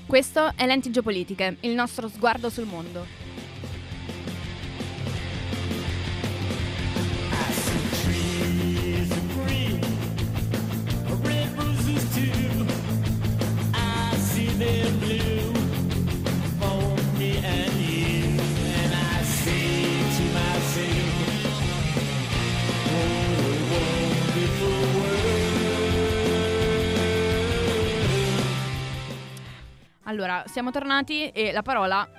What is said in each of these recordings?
Questo è Lenti Geopolitiche, il nostro sguardo sul mondo. Allora, siamo tornati e la palla,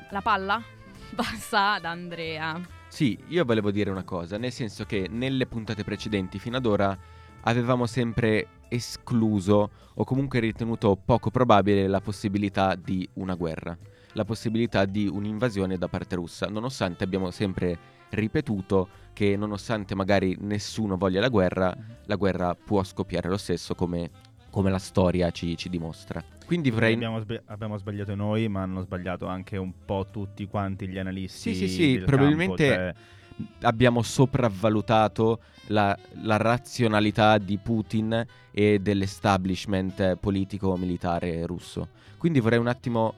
passa ad Andrea. Sì, io volevo dire una cosa, nel senso che nelle puntate precedenti fino ad ora avevamo sempre escluso o comunque ritenuto poco probabile la possibilità di una guerra, la possibilità di un'invasione da parte russa, nonostante abbiamo sempre ripetuto che nonostante magari nessuno voglia la guerra può scoppiare lo stesso come la storia ci dimostra. Quindi vorrei... abbiamo sbagliato noi, ma hanno sbagliato anche un po' tutti quanti gli analisti. Sì, del probabilmente campo, abbiamo sopravvalutato la razionalità di Putin e dell'establishment politico-militare russo. Quindi vorrei un attimo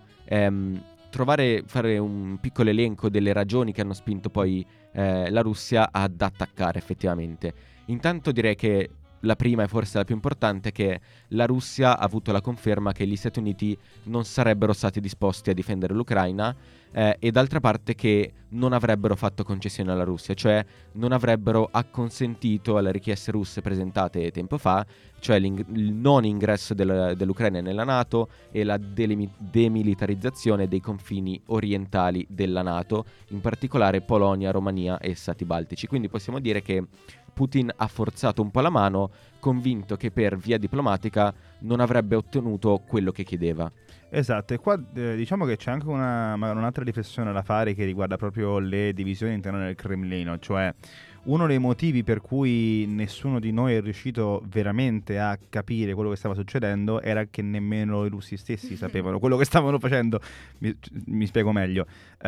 fare un piccolo elenco delle ragioni che hanno spinto poi la Russia ad attaccare effettivamente. Intanto direi che la prima e forse la più importante è che la Russia ha avuto la conferma che gli Stati Uniti non sarebbero stati disposti a difendere l'Ucraina e d'altra parte che non avrebbero fatto concessioni alla Russia, cioè non avrebbero acconsentito alle richieste russe presentate tempo fa, cioè il non ingresso dell'Ucraina nella NATO e la demilitarizzazione dei confini orientali della NATO, in particolare Polonia, Romania e Stati Baltici. Quindi possiamo dire che Putin ha forzato un po' la mano, convinto che per via diplomatica non avrebbe ottenuto quello che chiedeva. Esatto, e qua diciamo che c'è anche un'altra riflessione da fare che riguarda proprio le divisioni interne del Cremlino, cioè uno dei motivi per cui nessuno di noi è riuscito veramente a capire quello che stava succedendo era che nemmeno i russi stessi sapevano quello che stavano facendo. Mi spiego meglio.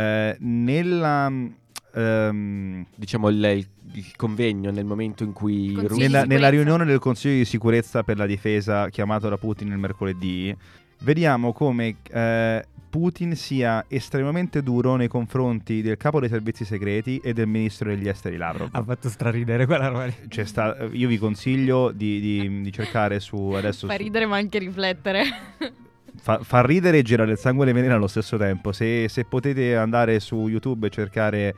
Diciamo il convegno nel momento in cui nella riunione del Consiglio di sicurezza per la difesa chiamato da Putin il mercoledì, vediamo come Putin sia estremamente duro nei confronti del capo dei servizi segreti e del ministro degli esteri Lavrov. Ha fatto straridere quella roba lì. Io vi consiglio di cercare su adesso. Fa ridere ma anche riflettere. Fa ridere e girare il sangue alle vene allo stesso tempo. Se potete andare su YouTube e cercare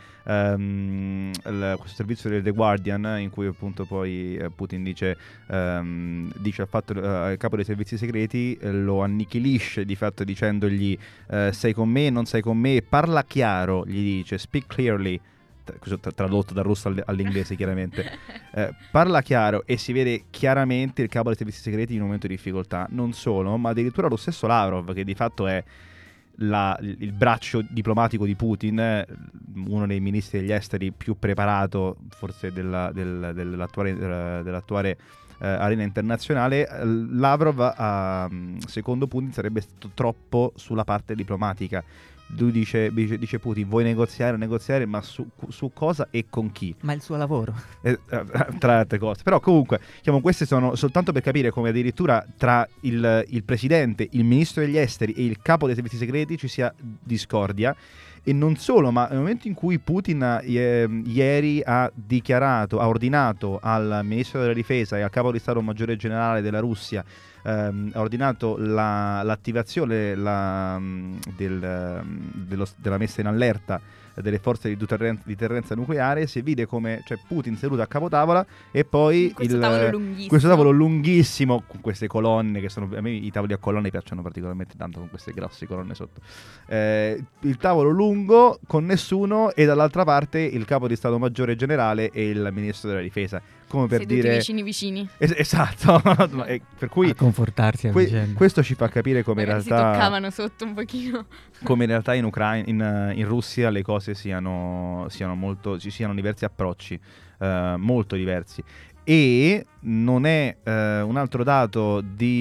questo servizio del The Guardian, in cui appunto poi Putin dice al capo dei servizi segreti, lo annichilisce di fatto dicendogli sei con me, non sei con me, parla chiaro, gli dice speak clearly, questo tradotto dal russo all'inglese chiaramente, parla chiaro, e si vede chiaramente il capo dei servizi segreti in un momento di difficoltà. Non solo, ma addirittura lo stesso Lavrov, che di fatto è il braccio diplomatico di Putin, uno dei ministri degli esteri più preparato forse dell'attuale arena internazionale, Lavrov secondo Putin sarebbe stato troppo sulla parte diplomatica. Lui dice Putin, vuoi negoziare, ma su cosa e con chi? Ma è il suo lavoro. Tra altre cose. Però comunque, queste sono soltanto per capire come addirittura tra il presidente, il ministro degli esteri e il capo dei servizi segreti ci sia discordia. E non solo, ma nel momento in cui Putin ieri ha ordinato al ministro della difesa e al capo di Stato Maggiore Generale della Russia, ha ordinato l'attivazione della messa in allerta delle forze di deterrenza nucleare, si vede come Putin seduto a capotavola e poi questo tavolo lunghissimo con queste colonne che sono, a me i tavoli a colonne piacciono particolarmente tanto, con queste grosse colonne sotto, il tavolo lungo con nessuno, e dall'altra parte il capo di Stato Maggiore Generale e il ministro della difesa, come per seduti dire vicini. Esatto. Per cui a confortarsi a vicenda. Questo ci fa capire come in realtà si toccavano sotto un pochino, come in realtà in Russia le cose siano diversi approcci, molto diversi. E non è un altro dato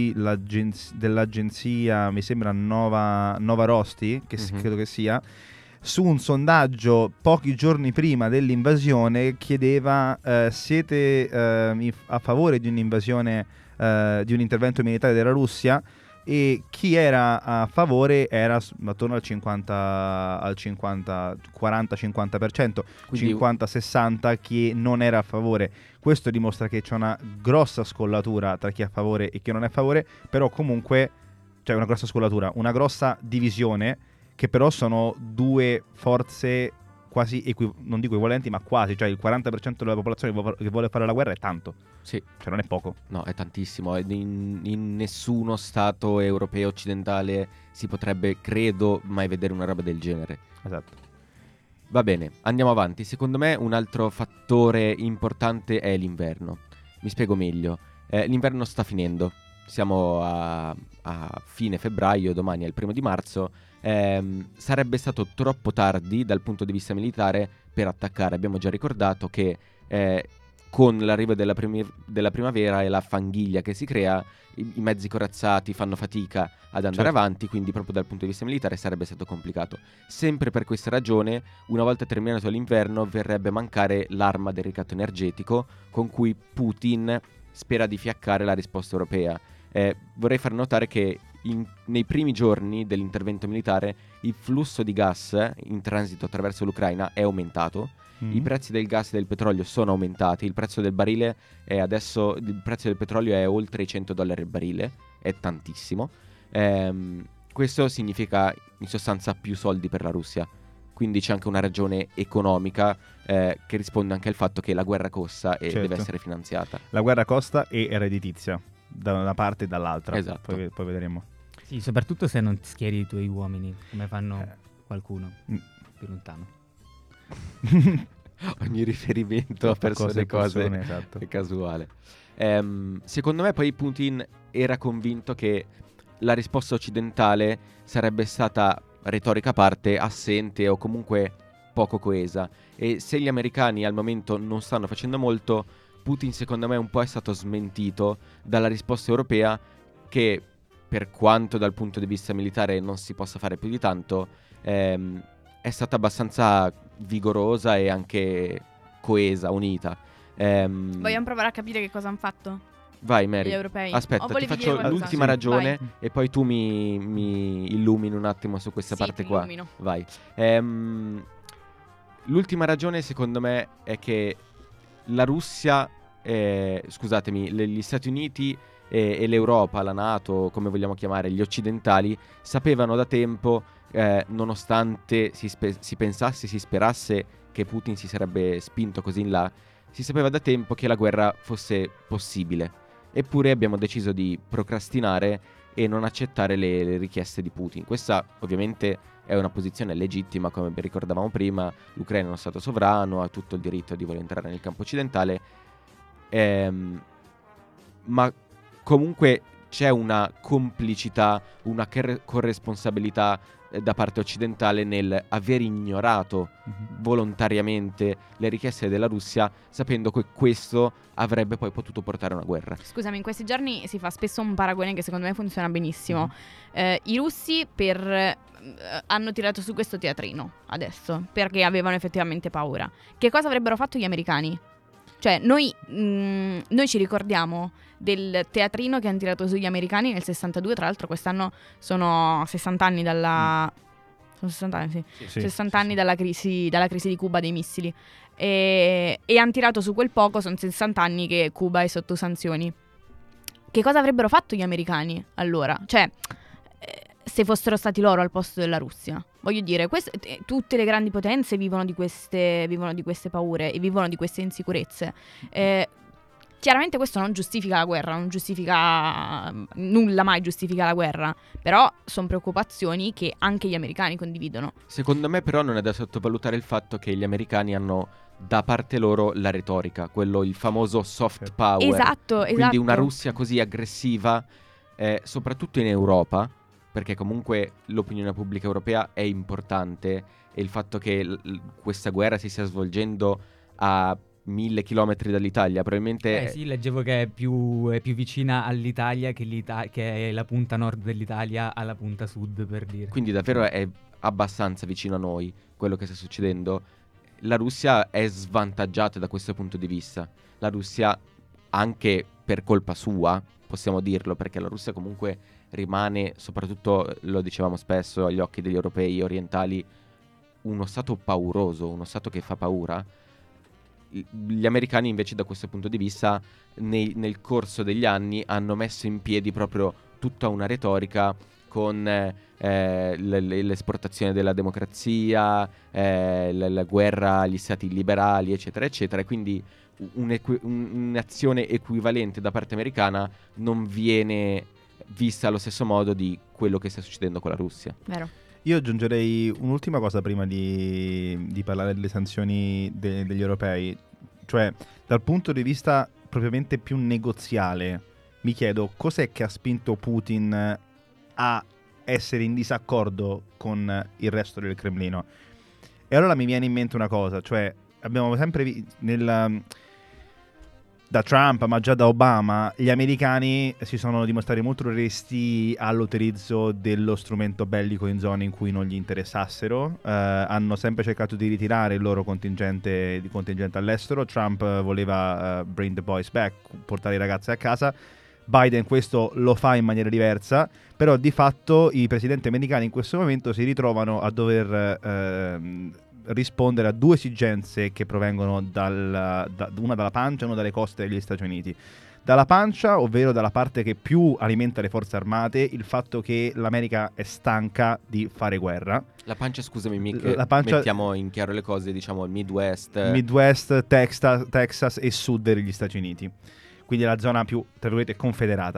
dell'agenzia, mi sembra Nova Rosti, che credo che sia, su un sondaggio pochi giorni prima dell'invasione chiedeva siete a favore di un'invasione, di un intervento militare della Russia? e chi era a favore era attorno al 40-50%, Quindi 50-60% chi non era a favore. Questo dimostra che c'è una grossa scollatura tra chi è a favore e chi non è a favore, però comunque c'è una grossa scollatura, una grossa divisione, che però sono due forze quasi non dico equivalenti, ma quasi, cioè il 40% della popolazione che vuole fare la guerra è tanto. sì, Cioè non è poco. no, è tantissimo. In nessuno stato europeo occidentale si potrebbe, credo, mai vedere una roba del genere. Esatto. Va bene, andiamo avanti. Secondo me un altro fattore importante è l'inverno. Mi spiego meglio. L'inverno sta finendo. Siamo a fine febbraio, domani è il 1° marzo. Sarebbe stato troppo tardi dal punto di vista militare per attaccare. Abbiamo già ricordato che con l'arrivo della primavera e la fanghiglia che si crea, i mezzi corazzati fanno fatica ad andare avanti, quindi proprio dal punto di vista militare sarebbe stato complicato. Sempre per questa ragione, una volta terminato l'inverno, verrebbe a mancare l'arma del ricatto energetico con cui Putin spera di fiaccare la risposta europea. Vorrei far notare che nei primi giorni dell'intervento militare il flusso di gas in transito attraverso l'Ucraina è aumentato. I prezzi del gas e del petrolio sono aumentati. Il prezzo del barile è adesso, il prezzo del petrolio è oltre i $100 il barile, è tantissimo. Questo significa in sostanza più soldi per la Russia. Quindi c'è anche una ragione economica che risponde anche al fatto che la guerra costa e deve essere finanziata. La guerra costa e è redditizia da una parte e dall'altra. Esatto. Poi vedremo. Sì, soprattutto se non schieri i tuoi uomini, come fanno qualcuno più lontano. Ogni riferimento a persone esatto. è casuale. Secondo me poi Putin era convinto che la risposta occidentale sarebbe stata, retorica a parte, assente o comunque poco coesa, e se gli americani al momento non stanno facendo molto, Putin secondo me un po' è stato smentito dalla risposta europea, che per quanto dal punto di vista militare non si possa fare più di tanto, è stata abbastanza vigorosa e anche coesa, unita. Vogliamo provare a capire che cosa hanno fatto Vai gli Mary, aspetta, aspetta, ti faccio qualcosa? l'ultima Sì, ragione vai. e poi tu mi illumini un attimo su questa Sì, parte ti qua. illumino. Vai. L'ultima ragione secondo me è che la Russia, scusatemi, gli Stati Uniti e l'Europa, la NATO, come vogliamo chiamare, gli occidentali, sapevano da tempo, nonostante si pensasse, si sperasse che Putin si sarebbe spinto così in là, si sapeva da tempo che la guerra fosse possibile. Eppure abbiamo deciso di procrastinare e non accettare le richieste di Putin. Questa ovviamente è una posizione legittima, come ricordavamo prima. L'Ucraina è uno stato sovrano, ha tutto il diritto di voler entrare nel campo occidentale, ma comunque c'è una complicità, una corresponsabilità da parte occidentale nel aver ignorato volontariamente le richieste della Russia, sapendo che questo avrebbe poi potuto portare a una guerra. Scusami, in questi giorni si fa spesso un paragone che secondo me funziona benissimo. I russi hanno tirato su questo teatrino adesso perché avevano effettivamente paura. Che cosa avrebbero fatto gli americani? Cioè noi ci ricordiamo del teatrino che hanno tirato sugli americani nel 62, tra l'altro quest'anno sono 60 anni dalla... Sono 60 anni, sì. 60 anni dalla crisi di Cuba dei missili. E hanno tirato su quel poco, sono 60 anni che Cuba è sotto sanzioni. Che cosa avrebbero fatto gli americani allora? Cioè, se fossero stati loro al posto della Russia? Voglio dire, tutte le grandi potenze vivono di queste paure e vivono di queste insicurezze. Chiaramente questo non giustifica la guerra, nulla mai giustifica la guerra, però sono preoccupazioni che anche gli americani condividono. Secondo me però non è da sottovalutare il fatto che gli americani hanno da parte loro la retorica, il famoso soft power. Esatto. Quindi una Russia così aggressiva, soprattutto in Europa, perché comunque l'opinione pubblica europea è importante, e il fatto che questa guerra si stia svolgendo a 1000 chilometri dall'Italia, probabilmente... sì, leggevo che è più vicina all'Italia che è la punta nord dell'Italia alla punta sud, per dire. Quindi davvero è abbastanza vicino a noi quello che sta succedendo. La Russia è svantaggiata da questo punto di vista. La Russia, anche per colpa sua, possiamo dirlo, perché la Russia comunque rimane, soprattutto lo dicevamo spesso agli occhi degli europei orientali, uno stato pauroso, uno stato che fa paura. Gli americani invece da questo punto di vista nel corso degli anni hanno messo in piedi proprio tutta una retorica con l'esportazione della democrazia, la guerra agli stati liberali, eccetera, eccetera, e quindi un'azione equivalente da parte americana non viene vista allo stesso modo di quello che sta succedendo con la Russia. Vero. Io aggiungerei un'ultima cosa prima di parlare delle sanzioni degli europei, cioè dal punto di vista propriamente più negoziale, mi chiedo cos'è che ha spinto Putin a essere in disaccordo con il resto del Cremlino. E allora mi viene in mente una cosa, cioè abbiamo sempre da Trump ma già da Obama gli americani si sono dimostrati molto resti all'utilizzo dello strumento bellico in zone in cui non gli interessassero, hanno sempre cercato di ritirare il loro contingente all'estero. Trump voleva bring the boys back, portare i ragazzi a casa. Biden questo lo fa in maniera diversa, però di fatto i presidenti americani in questo momento si ritrovano a dover rispondere a due esigenze che provengono una dalla pancia e una dalle coste degli Stati Uniti. Dalla pancia, ovvero dalla parte che più alimenta le forze armate, il fatto che l'America è stanca di fare guerra. La pancia, scusami Mick, mettiamo in chiaro le cose, diciamo il Midwest, Texas e sud degli Stati Uniti, quindi la zona più, tra virgolette, confederata.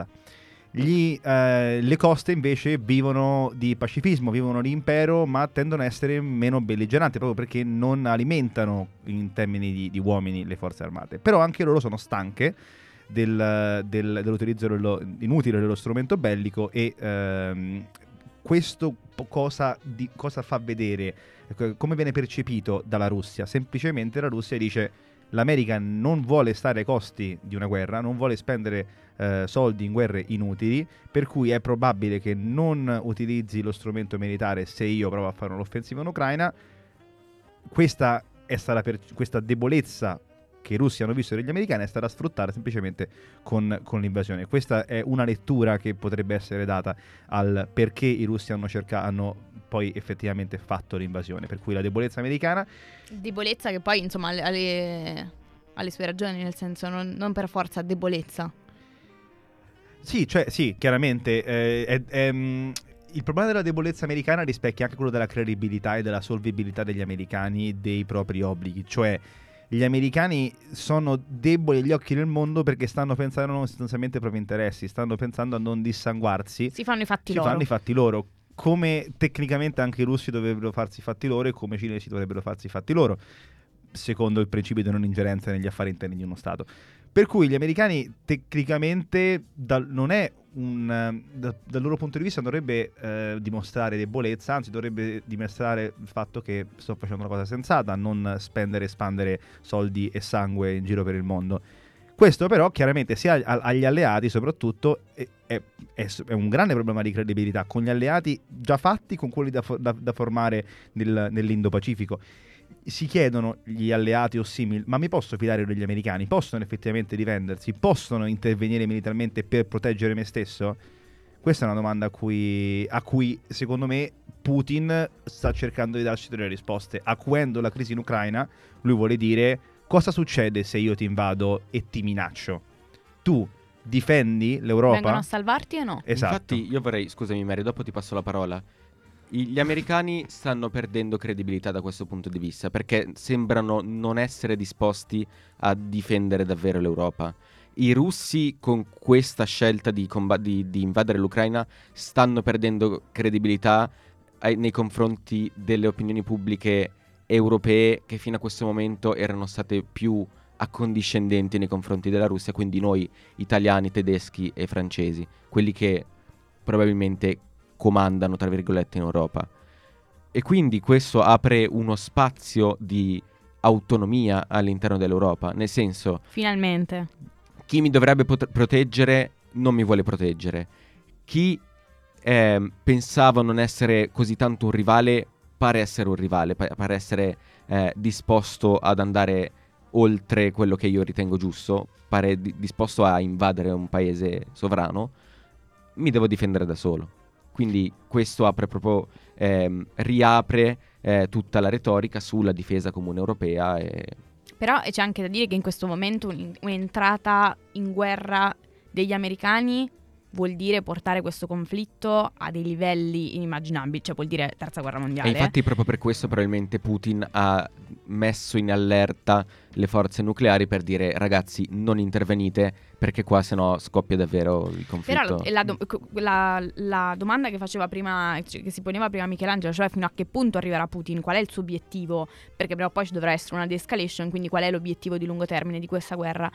Le coste invece vivono di pacifismo, vivono di impero, ma tendono a essere meno belligeranti proprio perché non alimentano in termini di uomini le forze armate. Però anche loro sono stanche dell'utilizzo inutile dello strumento bellico, e questo cosa fa vedere, come viene percepito dalla Russia. Semplicemente la Russia dice: l'America non vuole stare ai costi di una guerra, non vuole spendere soldi in guerre inutili, per cui è probabile che non utilizzi lo strumento militare se io provo a fare un'offensiva in Ucraina. Questa debolezza che i russi hanno visto degli americani è stata sfruttata semplicemente con l'invasione. Questa è una lettura che potrebbe essere data al perché i russi hanno poi effettivamente fatto l'invasione, per cui la debolezza americana. Debolezza che poi insomma alle sue ragioni, nel senso non per forza debolezza. Sì, chiaramente il problema della debolezza americana rispecchia anche quello della credibilità e della solvibilità degli americani dei propri obblighi, cioè gli americani sono deboli agli occhi del mondo perché stanno pensando sostanzialmente ai propri interessi, stanno pensando a non dissanguarsi. Si fanno i fatti loro. Come tecnicamente anche i russi dovrebbero farsi i fatti loro, e come i cinesi dovrebbero farsi i fatti loro, secondo il principio di non ingerenza negli affari interni di uno Stato. Per cui gli americani tecnicamente dal loro punto di vista non dovrebbe dimostrare debolezza, anzi dovrebbe dimostrare il fatto che sto facendo una cosa sensata, non spendere e spandere soldi e sangue in giro per il mondo. Questo però chiaramente sia agli alleati soprattutto è un grande problema di credibilità, con gli alleati già fatti, con quelli da formare nell'Indo-Pacifico. Si chiedono gli alleati o simili: ma mi posso fidare degli americani? Possono effettivamente difendersi? Possono intervenire militarmente per proteggere me stesso? Questa è una domanda a cui secondo me Putin sta cercando di darci delle risposte. Acuendo la crisi in Ucraina, lui vuole dire: cosa succede se io ti invado e ti minaccio? Tu difendi l'Europa? Vengono a salvarti o no? Esatto. Infatti io vorrei, scusami Mary, dopo ti passo la parola. Gli americani stanno perdendo credibilità da questo punto di vista, perché sembrano non essere disposti a difendere davvero l'Europa. I russi con questa scelta di invadere l'Ucraina stanno perdendo credibilità nei confronti delle opinioni pubbliche europee, che fino a questo momento erano state più accondiscendenti nei confronti della Russia, quindi noi italiani, tedeschi e francesi, quelli che probabilmente comandano tra virgolette in Europa. E quindi questo apre uno spazio di autonomia all'interno dell'Europa, nel senso, finalmente chi mi dovrebbe proteggere non mi vuole proteggere, chi pensava non essere così tanto un rivale pare essere un rivale, pare essere disposto ad andare oltre quello che io ritengo giusto, pare disposto a invadere un paese sovrano, mi devo difendere da solo. Quindi questo apre proprio, riapre tutta la retorica sulla difesa comune europea. Però c'è anche da dire che in questo momento un'entrata in guerra degli americani vuol dire portare questo conflitto a dei livelli inimmaginabili, cioè vuol dire terza guerra mondiale. E infatti proprio per questo probabilmente Putin ha messo in allerta le forze nucleari per dire ragazzi non intervenite perché qua sennò scoppia davvero il conflitto. Però la domanda che faceva prima, cioè, che si poneva prima Michelangelo, cioè fino a che punto arriverà Putin, qual è il suo obiettivo, perché prima o poi ci dovrà essere una de-escalation, quindi qual è l'obiettivo di lungo termine di questa guerra,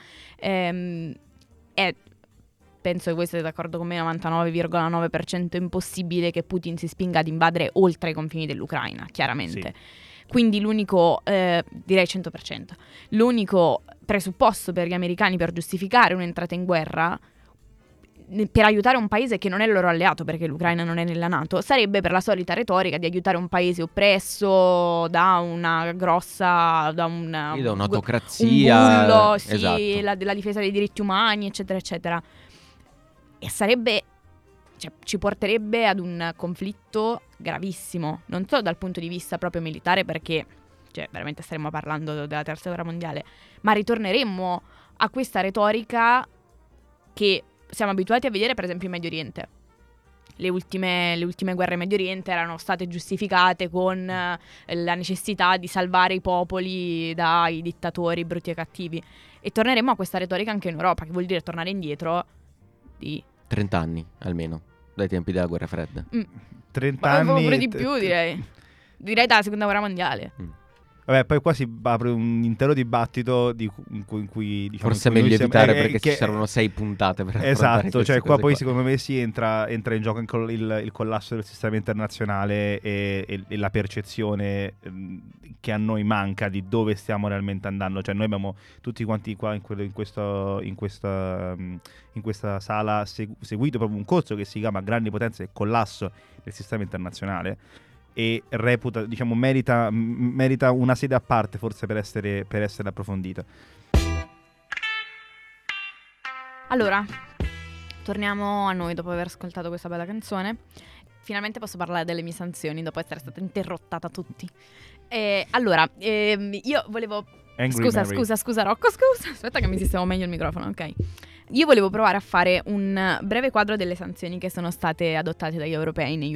penso che voi siete d'accordo con me, 99,9% impossibile che Putin si spinga ad invadere oltre i confini dell'Ucraina, chiaramente. Sì. Quindi l'unico, direi 100%, l'unico presupposto per gli americani per giustificare un'entrata in guerra, per aiutare un paese che non è il loro alleato, perché l'Ucraina non è nella NATO, sarebbe per la solita retorica di aiutare un paese oppresso da una grossa, da un'autocrazia, un bullo, sì, esatto. la difesa dei diritti umani, eccetera, eccetera. E sarebbe, cioè, ci porterebbe ad un conflitto gravissimo, non solo dal punto di vista proprio militare, perché cioè veramente staremmo parlando della terza guerra mondiale, ma ritorneremmo a questa retorica che siamo abituati a vedere per esempio in Medio Oriente. Le ultime guerre in Medio Oriente erano state giustificate con la necessità di salvare i popoli dai dittatori brutti e cattivi, e torneremo a questa retorica anche in Europa, che vuol dire tornare indietro di 30 anni almeno, dai tempi della guerra fredda. 30 ma anni. pure di più, direi dalla seconda guerra mondiale. Vabbè, poi qua si apre un intero dibattito in cui diciamo, forse è meglio evitare perché ci servono 6 puntate per esatto, cioè qua poi qua. Secondo me si entra in gioco il collasso del sistema internazionale e la percezione che a noi manca di dove stiamo realmente andando. Cioè noi abbiamo tutti quanti qua in questa sala seguito proprio un corso che si chiama Grandi Potenze e Collasso del sistema internazionale, e reputa, diciamo, merita una sede a parte forse per essere approfondita. Allora, torniamo a noi dopo aver ascoltato questa bella canzone. Finalmente posso parlare delle mie sanzioni dopo essere stata interrotta da tutti. Allora, io volevo... Scusa Rocco, scusa. Aspetta che mi sistemo meglio il microfono, ok. Io volevo provare a fare un breve quadro delle sanzioni che sono state adottate dagli europei negli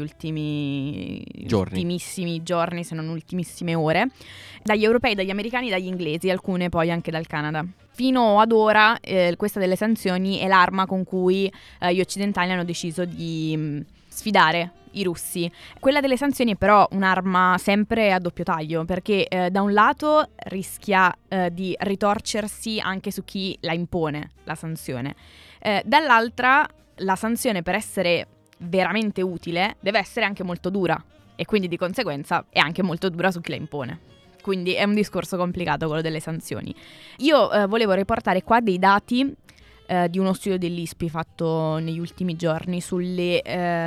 ultimissimi giorni, se non ultimissime ore, dagli europei, dagli americani, dagli inglesi, alcune poi anche dal Canada. Fino ad ora questa delle sanzioni è l'arma con cui gli occidentali hanno deciso di sfidare i russi. Quella delle sanzioni è però un'arma sempre a doppio taglio, perché da un lato rischia di ritorcersi anche su chi la impone, la sanzione. Dall'altra, la sanzione, per essere veramente utile, deve essere anche molto dura, e quindi di conseguenza è anche molto dura su chi la impone. Quindi è un discorso complicato quello delle sanzioni. Io volevo riportare qua dei dati di uno studio dell'ISPI fatto negli ultimi giorni sulle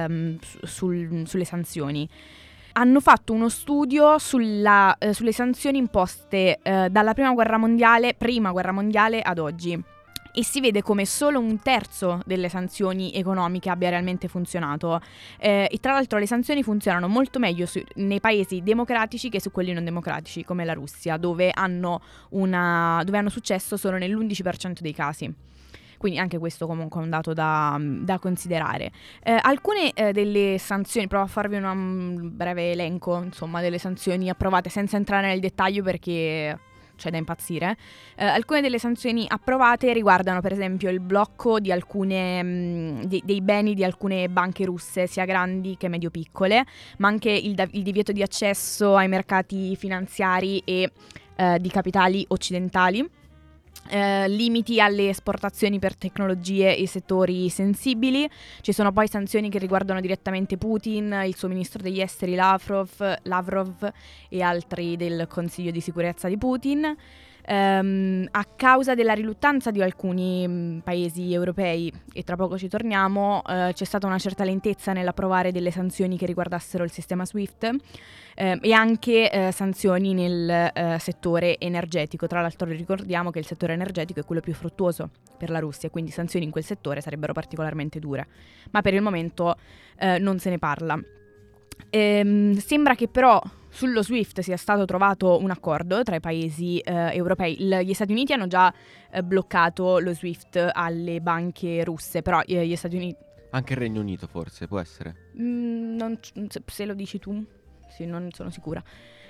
sanzioni. Hanno fatto uno studio sulle sanzioni imposte dalla prima guerra mondiale ad oggi, e si vede come solo un terzo delle sanzioni economiche abbia realmente funzionato, e tra l'altro le sanzioni funzionano molto meglio nei paesi democratici che su quelli non democratici, come la Russia, dove hanno successo solo nell'11% dei casi. Quindi anche questo comunque è un dato da considerare. Alcune delle sanzioni, provo a farvi un breve elenco, insomma, delle sanzioni approvate senza entrare nel dettaglio perché c'è da impazzire. Alcune delle sanzioni approvate riguardano per esempio il blocco di alcune dei beni di alcune banche russe, sia grandi che medio-piccole, ma anche il divieto di accesso ai mercati finanziari e di capitali occidentali. Limiti alle esportazioni per tecnologie e settori sensibili. Ci sono poi sanzioni che riguardano direttamente Putin, il suo ministro degli esteri Lavrov e altri del Consiglio di sicurezza di Putin. A causa della riluttanza di alcuni paesi europei, e tra poco ci torniamo, c'è stata una certa lentezza nell'approvare delle sanzioni che riguardassero il sistema SWIFT e anche sanzioni nel settore energetico. Tra l'altro ricordiamo che il settore energetico è quello più fruttuoso per la Russia, quindi sanzioni in quel settore sarebbero particolarmente dure, ma per il momento non se ne parla. Sembra che però sullo SWIFT sia stato trovato un accordo tra i paesi europei. Gli Stati Uniti hanno già bloccato lo SWIFT alle banche russe, però gli Stati Uniti... Anche il Regno Unito forse, può essere. Se lo dici tu, sì, non sono sicura.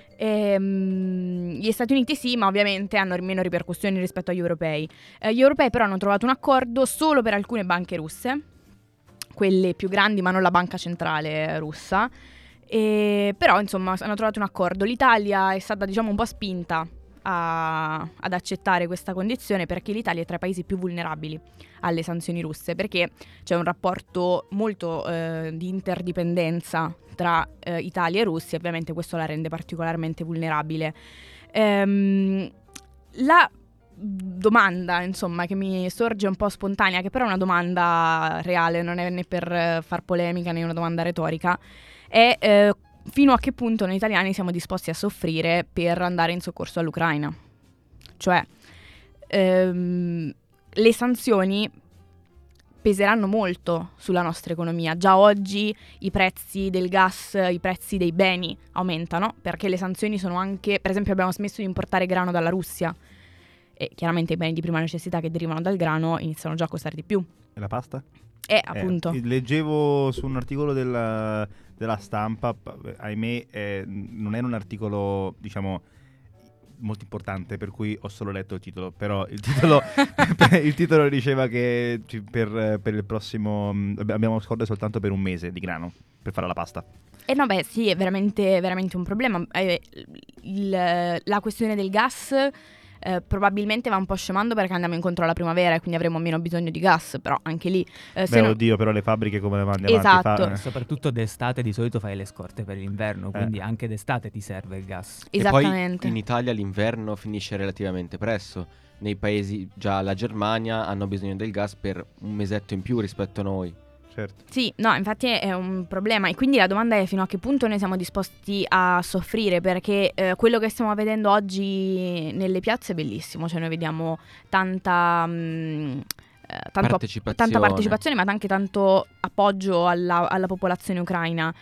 Gli Stati Uniti sì, ma ovviamente hanno meno ripercussioni rispetto agli europei. Gli europei però hanno trovato un accordo solo per alcune banche russe, quelle più grandi, ma non la banca centrale russa. Però insomma hanno trovato un accordo. L'Italia è stata un po' spinta ad accettare questa condizione perché l'Italia è tra i paesi più vulnerabili alle sanzioni russe, perché c'è un rapporto molto di interdipendenza tra Italia e Russia, ovviamente questo la rende particolarmente vulnerabile. La domanda che mi sorge un po' spontanea, che però è una domanda reale, non è né per far polemica né una domanda retorica, è fino a che punto noi italiani siamo disposti a soffrire per andare in soccorso all'Ucraina. Cioè le sanzioni peseranno molto sulla nostra economia. Già oggi i prezzi del gas, i prezzi dei beni aumentano perché le sanzioni sono anche, per esempio abbiamo smesso di importare grano dalla Russia e chiaramente i beni di prima necessità che derivano dal grano iniziano già a costare di più. E la pasta? Appunto. Leggevo su un articolo della Stampa, ahimè, non era un articolo, molto importante, per cui ho solo letto il titolo, però il titolo diceva che per il prossimo abbiamo scorte soltanto per un mese di grano per fare la pasta. Sì, è veramente, veramente un problema. La questione del gas probabilmente va un po' scemando perché andiamo incontro alla primavera e quindi avremo meno bisogno di gas, però anche lì oddio, però le fabbriche come le mandi esatto. avanti? Soprattutto d'estate di solito fai le scorte per l'inverno, quindi anche d'estate ti serve il gas. Esattamente. E poi in Italia l'inverno finisce relativamente presto. Nei paesi, già la Germania, hanno bisogno del gas per un mesetto in più rispetto a noi. Certo. Sì, no, infatti è un problema e quindi la domanda è fino a che punto noi siamo disposti a soffrire, perché quello che stiamo vedendo oggi nelle piazze è bellissimo, cioè noi vediamo tanta partecipazione, ma anche tanto appoggio alla popolazione ucraina.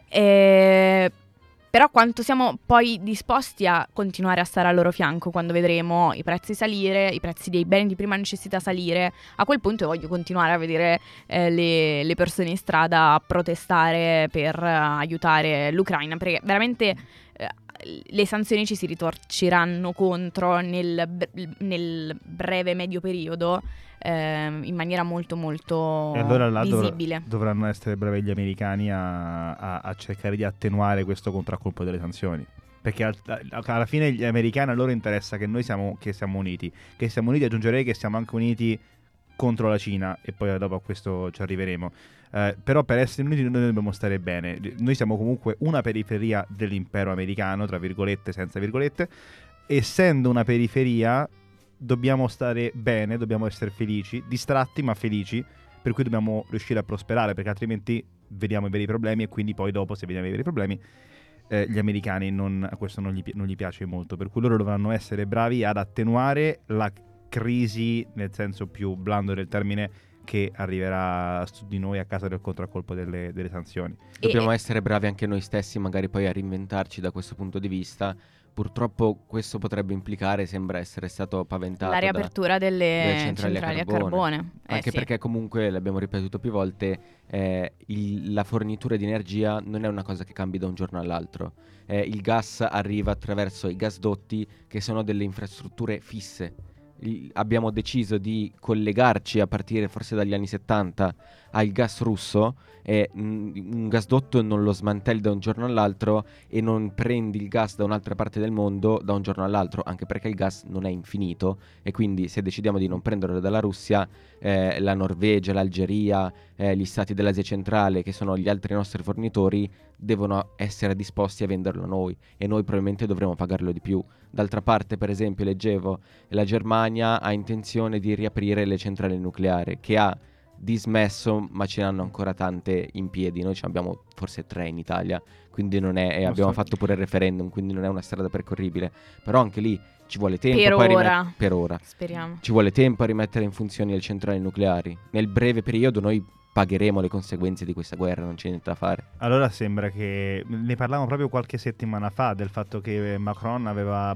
Però quanto siamo poi disposti a continuare a stare al loro fianco quando vedremo i prezzi salire, i prezzi dei beni di prima necessità salire? A quel punto voglio continuare a vedere le persone in strada a protestare per aiutare l'Ucraina, perché veramente le sanzioni ci si ritorceranno contro nel breve medio periodo in maniera molto molto e allora là visibile. Dovranno essere bravi gli americani a cercare di attenuare questo contraccolpo delle sanzioni, perché alla fine agli americani a loro interessa che noi siamo uniti, aggiungerei che siamo anche uniti contro la Cina e poi dopo a questo ci arriveremo. Però per essere uniti noi dobbiamo stare bene. Noi siamo comunque una periferia dell'impero americano, tra virgolette, senza virgolette. Essendo una periferia dobbiamo stare bene, dobbiamo essere felici, distratti ma felici, per cui dobbiamo riuscire a prosperare, perché altrimenti vediamo i veri problemi e quindi poi dopo, se vediamo i veri problemi, gli americani a questo non gli piace molto, per cui loro dovranno essere bravi ad attenuare la crisi, nel senso più blando del termine, che arriverà su di noi a causa del contraccolpo delle sanzioni. Dobbiamo essere bravi anche noi stessi magari poi a reinventarci da questo punto di vista. Purtroppo questo potrebbe implicare, sembra essere stato paventato, la riapertura delle centrali a carbone. Anche sì. perché comunque, l'abbiamo ripetuto più volte, la fornitura di energia non è una cosa che cambi da un giorno all'altro. Il gas arriva attraverso i gasdotti, che sono delle infrastrutture fisse. Abbiamo deciso di collegarci a partire forse dagli anni 70 al gas russo, e un gasdotto non lo smantelli da un giorno all'altro e non prendi il gas da un'altra parte del mondo da un giorno all'altro, anche perché il gas non è infinito, e quindi se decidiamo di non prenderlo dalla Russia, la Norvegia, l'Algeria, gli stati dell'Asia centrale, che sono gli altri nostri fornitori, devono essere disposti a venderlo a noi e noi probabilmente dovremo pagarlo di più. D'altra parte, per esempio, leggevo la Germania ha intenzione di riaprire le centrali nucleari, che ha dismesso, ma ce ne hanno ancora tante in piedi. Noi ce ne abbiamo forse 3 in Italia, quindi non è, e abbiamo fatto pure il referendum, quindi non è una strada percorribile. Però anche lì ci vuole tempo per ora. Speriamo. Ci vuole tempo a rimettere in funzione le centrali nucleari. Nel breve periodo noi pagheremo le conseguenze di questa guerra, non c'è niente da fare. Allora sembra che ne parlavamo proprio qualche settimana fa del fatto che Macron aveva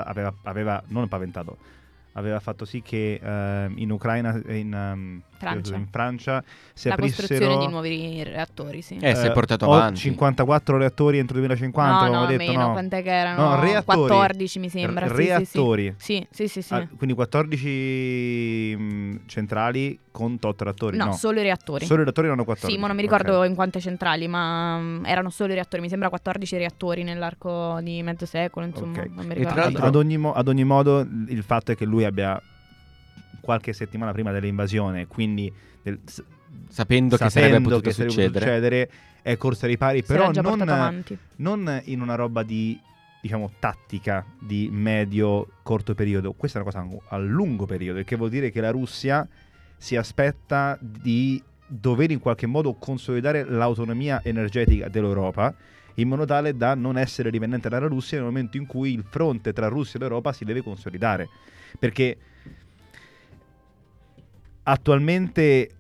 fatto sì che in Ucraina e in Francia si la aprissero costruzione di nuovi reattori, sì. Si è portato avanti 54 reattori entro il 2050, no, detto, meno, no. quant'è che erano? No, reattori. 14 mi sembra. Reattori. Sì. Quindi 14 centrali con 8 reattori. No, solo i reattori. Solo i reattori erano 14. Sì, ma non mi ricordo in quante centrali, ma erano solo i reattori. Mi sembra 14 reattori nell'arco di mezzo secolo, insomma. Okay. Non mi E ricordo. tra l'altro, ad ogni modo, il fatto è che lui abbia qualche settimana prima dell'invasione, quindi sapendo che sarebbe potuto succedere, è corso ai ripari, Si però era già portato avanti. non in una roba di, diciamo, tattica di medio-corto periodo. Questa è una cosa a lungo periodo, il che vuol dire che la Russia si aspetta di dover in qualche modo consolidare l'autonomia energetica dell'Europa, in modo tale da non essere dipendente dalla Russia nel momento in cui il fronte tra Russia e l'Europa si deve consolidare. Perché attualmente,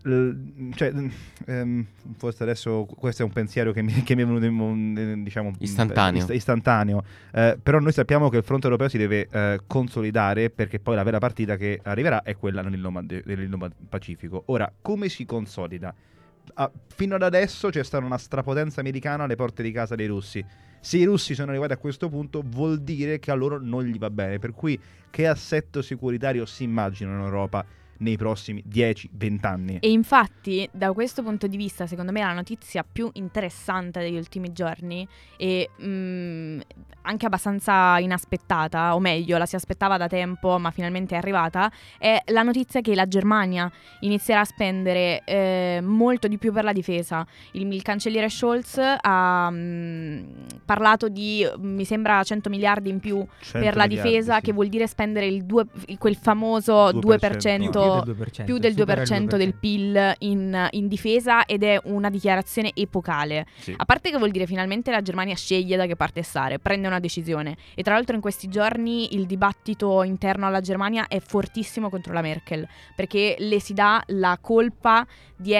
forse adesso questo è un pensiero che mi è venuto diciamo istantaneo, però noi sappiamo che il fronte europeo si deve consolidare, perché poi la vera partita che arriverà è quella nell'Indo-Pacifico. Ora, come si consolida? Fino ad adesso c'è stata una strapotenza americana alle porte di casa dei russi. Se i russi sono arrivati a questo punto, vuol dire che a loro non gli va bene, per cui che assetto securitario si immaginano in Europa nei prossimi 10-20 anni? E infatti, da questo punto di vista, secondo me la notizia più interessante degli ultimi giorni e anche abbastanza inaspettata, o meglio, la si aspettava da tempo ma finalmente è arrivata, è la notizia che la Germania inizierà a spendere molto di più per la difesa. Il cancelliere Scholz ha parlato di, mi sembra, 100 miliardi in più per la difesa, sì. Che vuol dire spendere quel famoso 2%. Più del 2% del PIL in difesa, ed è una dichiarazione epocale. Sì. A parte che vuol dire finalmente la Germania sceglie da che parte stare, prende una decisione. E tra l'altro in questi giorni il dibattito interno alla Germania è fortissimo contro la Merkel, perché le si dà la colpa di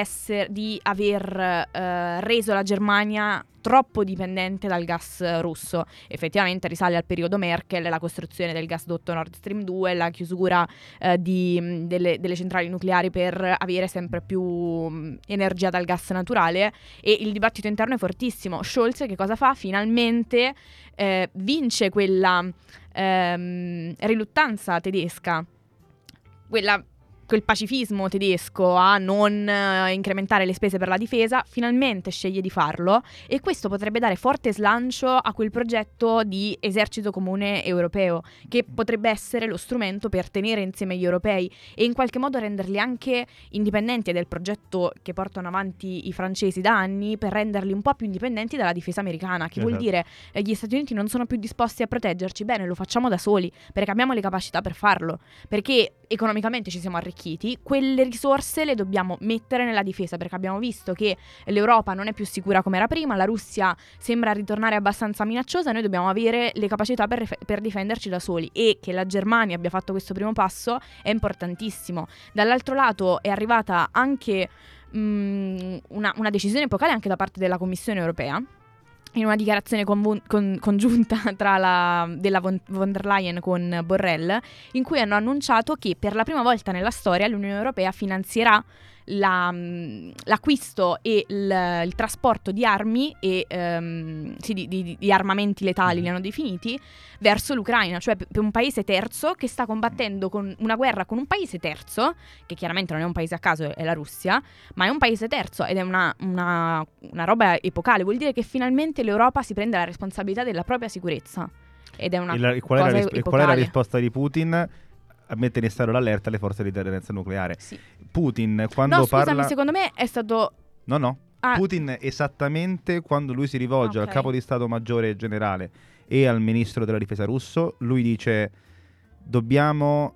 aver reso la Germania troppo dipendente dal gas russo. Effettivamente risale al periodo Merkel, la costruzione del gasdotto Nord Stream 2, la chiusura delle centrali nucleari per avere sempre più energia dal gas naturale, e il dibattito interno è fortissimo. Scholz che cosa fa? Finalmente vince quella riluttanza tedesca, quel pacifismo tedesco a non incrementare le spese per la difesa. Finalmente sceglie di farlo, e questo potrebbe dare forte slancio a quel progetto di esercito comune europeo, che potrebbe essere lo strumento per tenere insieme gli europei e in qualche modo renderli anche indipendenti del progetto che portano avanti i francesi da anni, per renderli un po' più indipendenti dalla difesa americana, che vuol dire gli Stati Uniti non sono più disposti a proteggerci, bene, lo facciamo da soli, perché abbiamo le capacità per farlo, perché economicamente ci siamo arricchiti. Quelle risorse le dobbiamo mettere nella difesa, perché abbiamo visto che l'Europa non è più sicura come era prima, la Russia sembra ritornare abbastanza minacciosa, noi dobbiamo avere le capacità per difenderci da soli, e che la Germania abbia fatto questo primo passo è importantissimo. Dall'altro lato è arrivata anche una decisione epocale anche da parte della Commissione europea, in una dichiarazione congiunta della von der Leyen con Borrell, in cui hanno annunciato che per la prima volta nella storia l'Unione Europea finanzierà l'acquisto e il trasporto di armi e di armamenti letali, li hanno definiti, verso l'Ucraina, cioè per un paese terzo che sta combattendo con una guerra con un paese terzo, che chiaramente non è un paese a caso, è la Russia, ma è un paese terzo, ed è una roba epocale. Vuol dire che finalmente l'Europa si prende la responsabilità della propria sicurezza, ed è una cosa epocale. Qual è la risposta di Putin? A mettere in stato l'allerta alle forze di deterrenza nucleare. Sì. Putin, quando parla... Scusami, secondo me è stato... No. Putin esattamente quando lui si rivolge al capo di Stato Maggiore Generale e al ministro della difesa russo, lui dice dobbiamo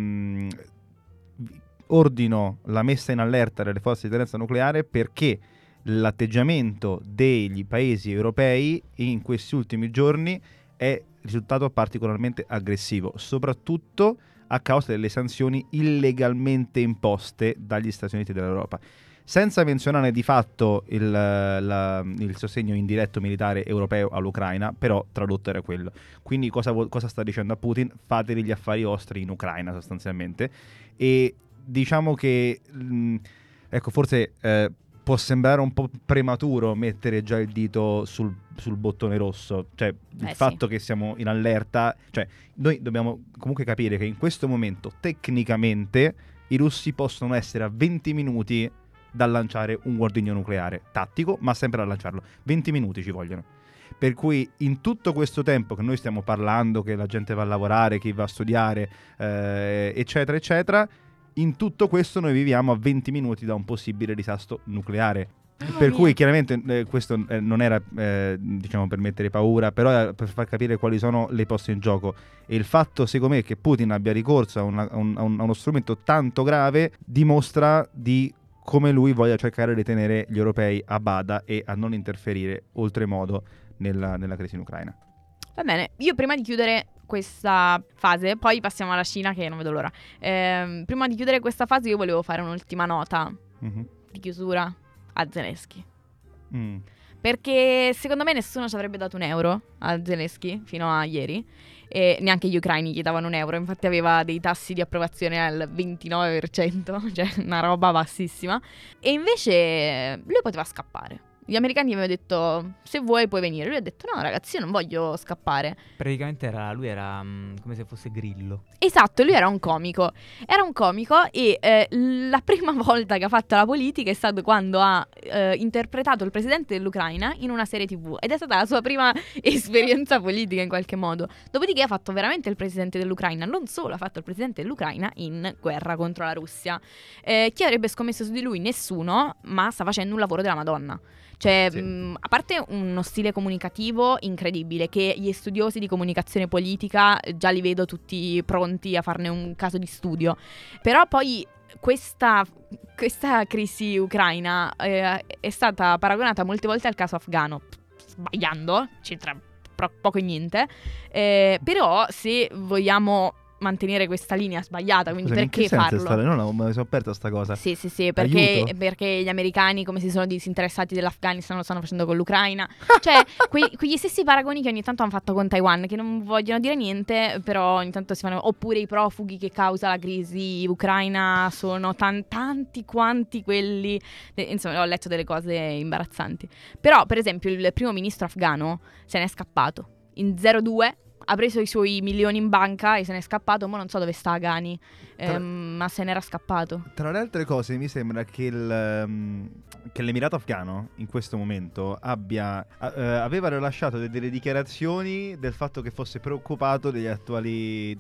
ordino la messa in allerta delle forze di deterrenza nucleare perché l'atteggiamento degli paesi europei in questi ultimi giorni è risultato particolarmente aggressivo, soprattutto a causa delle sanzioni illegalmente imposte dagli Stati Uniti dell'Europa. Senza menzionare di fatto il sostegno indiretto militare europeo all'Ucraina, però tradotto era quello. Quindi cosa sta dicendo a Putin? Fatevi gli affari vostri in Ucraina sostanzialmente. E diciamo che ecco, forse può sembrare un po' prematuro mettere già il dito sul bottone rosso, cioè il fatto che siamo in allerta, cioè noi dobbiamo comunque capire che in questo momento tecnicamente i russi possono essere a 20 minuti da lanciare un ordigno nucleare tattico, ma sempre da lanciarlo. 20 minuti ci vogliono. Per cui in tutto questo tempo che noi stiamo parlando, che la gente va a lavorare, chi va a studiare, eccetera, eccetera, in tutto questo noi viviamo a 20 minuti da un possibile disastro nucleare. Per cui chiaramente questo non era diciamo per mettere paura, però era per far capire quali sono le poste in gioco. E il fatto, secondo me, che Putin abbia ricorso a uno strumento tanto grave dimostra di come lui voglia cercare di tenere gli europei a bada e a non interferire oltremodo nella crisi in Ucraina. Va bene, io prima di chiudere questa fase, poi passiamo alla Cina che non vedo l'ora. Prima di chiudere questa fase io volevo fare un'ultima nota di chiusura a Zelensky. Perché secondo me nessuno ci avrebbe dato €1 a Zelensky fino a ieri. E neanche gli ucraini gli davano €1, infatti aveva dei tassi di approvazione al 29%, cioè una roba bassissima. E invece lui poteva scappare. Gli americani gli avevano detto se vuoi puoi venire. Lui ha detto no ragazzi, io non voglio scappare. Praticamente lui era come se fosse Grillo. Esatto, lui era un comico. Era un comico e la prima volta che ha fatto la politica è stato quando ha interpretato il presidente dell'Ucraina in una serie TV. Ed è stata la sua prima esperienza politica in qualche modo. Dopodiché ha fatto veramente il presidente dell'Ucraina. Non solo ha fatto il presidente dell'Ucraina in guerra contro la Russia. Chi avrebbe scommesso su di lui? Nessuno, ma sta facendo un lavoro della Madonna. Cioè, a parte uno stile comunicativo incredibile, che gli studiosi di comunicazione politica già li vedo tutti pronti a farne un caso di studio. Però poi questa crisi ucraina è stata paragonata molte volte al caso afghano, sbagliando, c'entra poco e niente. Però se vogliamo mantenere questa linea sbagliata, quindi scusami, perché farlo? Non me ne sono aperta sta cosa. Sì, perché gli americani, come si sono disinteressati dell'Afghanistan, lo stanno facendo con l'Ucraina. Cioè, quegli stessi paragoni che ogni tanto hanno fatto con Taiwan, che non vogliono dire niente, però ogni tanto si fanno. Oppure i profughi che causa la crisi ucraina sono tanti quanti quelli. Insomma, ho letto delle cose imbarazzanti. Però, per esempio, il primo ministro afghano se n'è scappato in 02. Ha preso i suoi milioni in banca e se n'è scappato. Mo non so dove sta Ghani, ma se n'era scappato. Tra le altre cose mi sembra che l'Emirato Afghano in questo momento aveva rilasciato delle dichiarazioni del fatto che fosse preoccupato degli attuali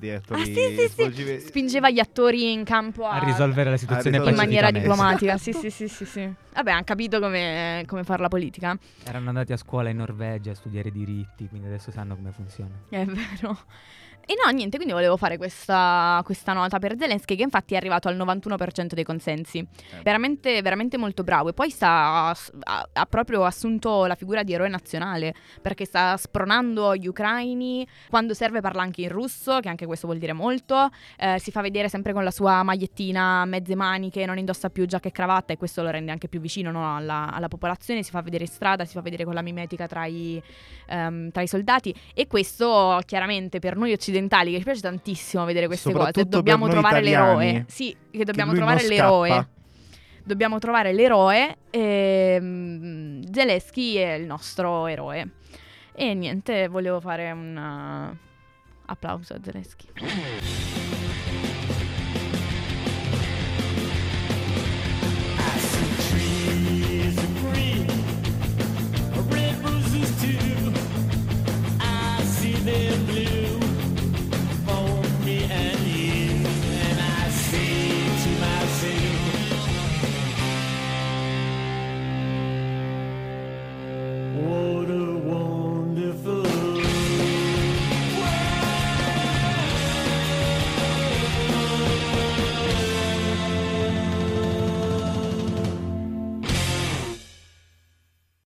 sì. Spingeva gli attori in campo a risolvere la situazione in maniera diplomatica. Sì. Vabbè, hanno capito come fare la politica. Erano andati a scuola in Norvegia a studiare diritti, quindi adesso sanno come funziona. È vero. E no, niente, quindi volevo fare questa nota per Zelensky, che infatti è arrivato al 91% dei consensi. Veramente, veramente molto bravo. E poi ha proprio assunto la figura di eroe nazionale, perché sta spronando gli ucraini. Quando serve parla anche in russo, che anche questo vuol dire molto. Si fa vedere sempre con la sua magliettina a mezze maniche, non indossa più giacca e cravatta, e questo lo rende anche più vicino, no, alla popolazione. Si fa vedere in strada, si fa vedere con la mimetica tra i soldati. E questo chiaramente per noi occidentali, che ci piace tantissimo vedere queste cose, dobbiamo trovare l'eroe. Sì, che dobbiamo trovare l'eroe. Dobbiamo trovare l'eroe. Zelensky è il nostro eroe. E niente, volevo fare un applauso a Zelensky.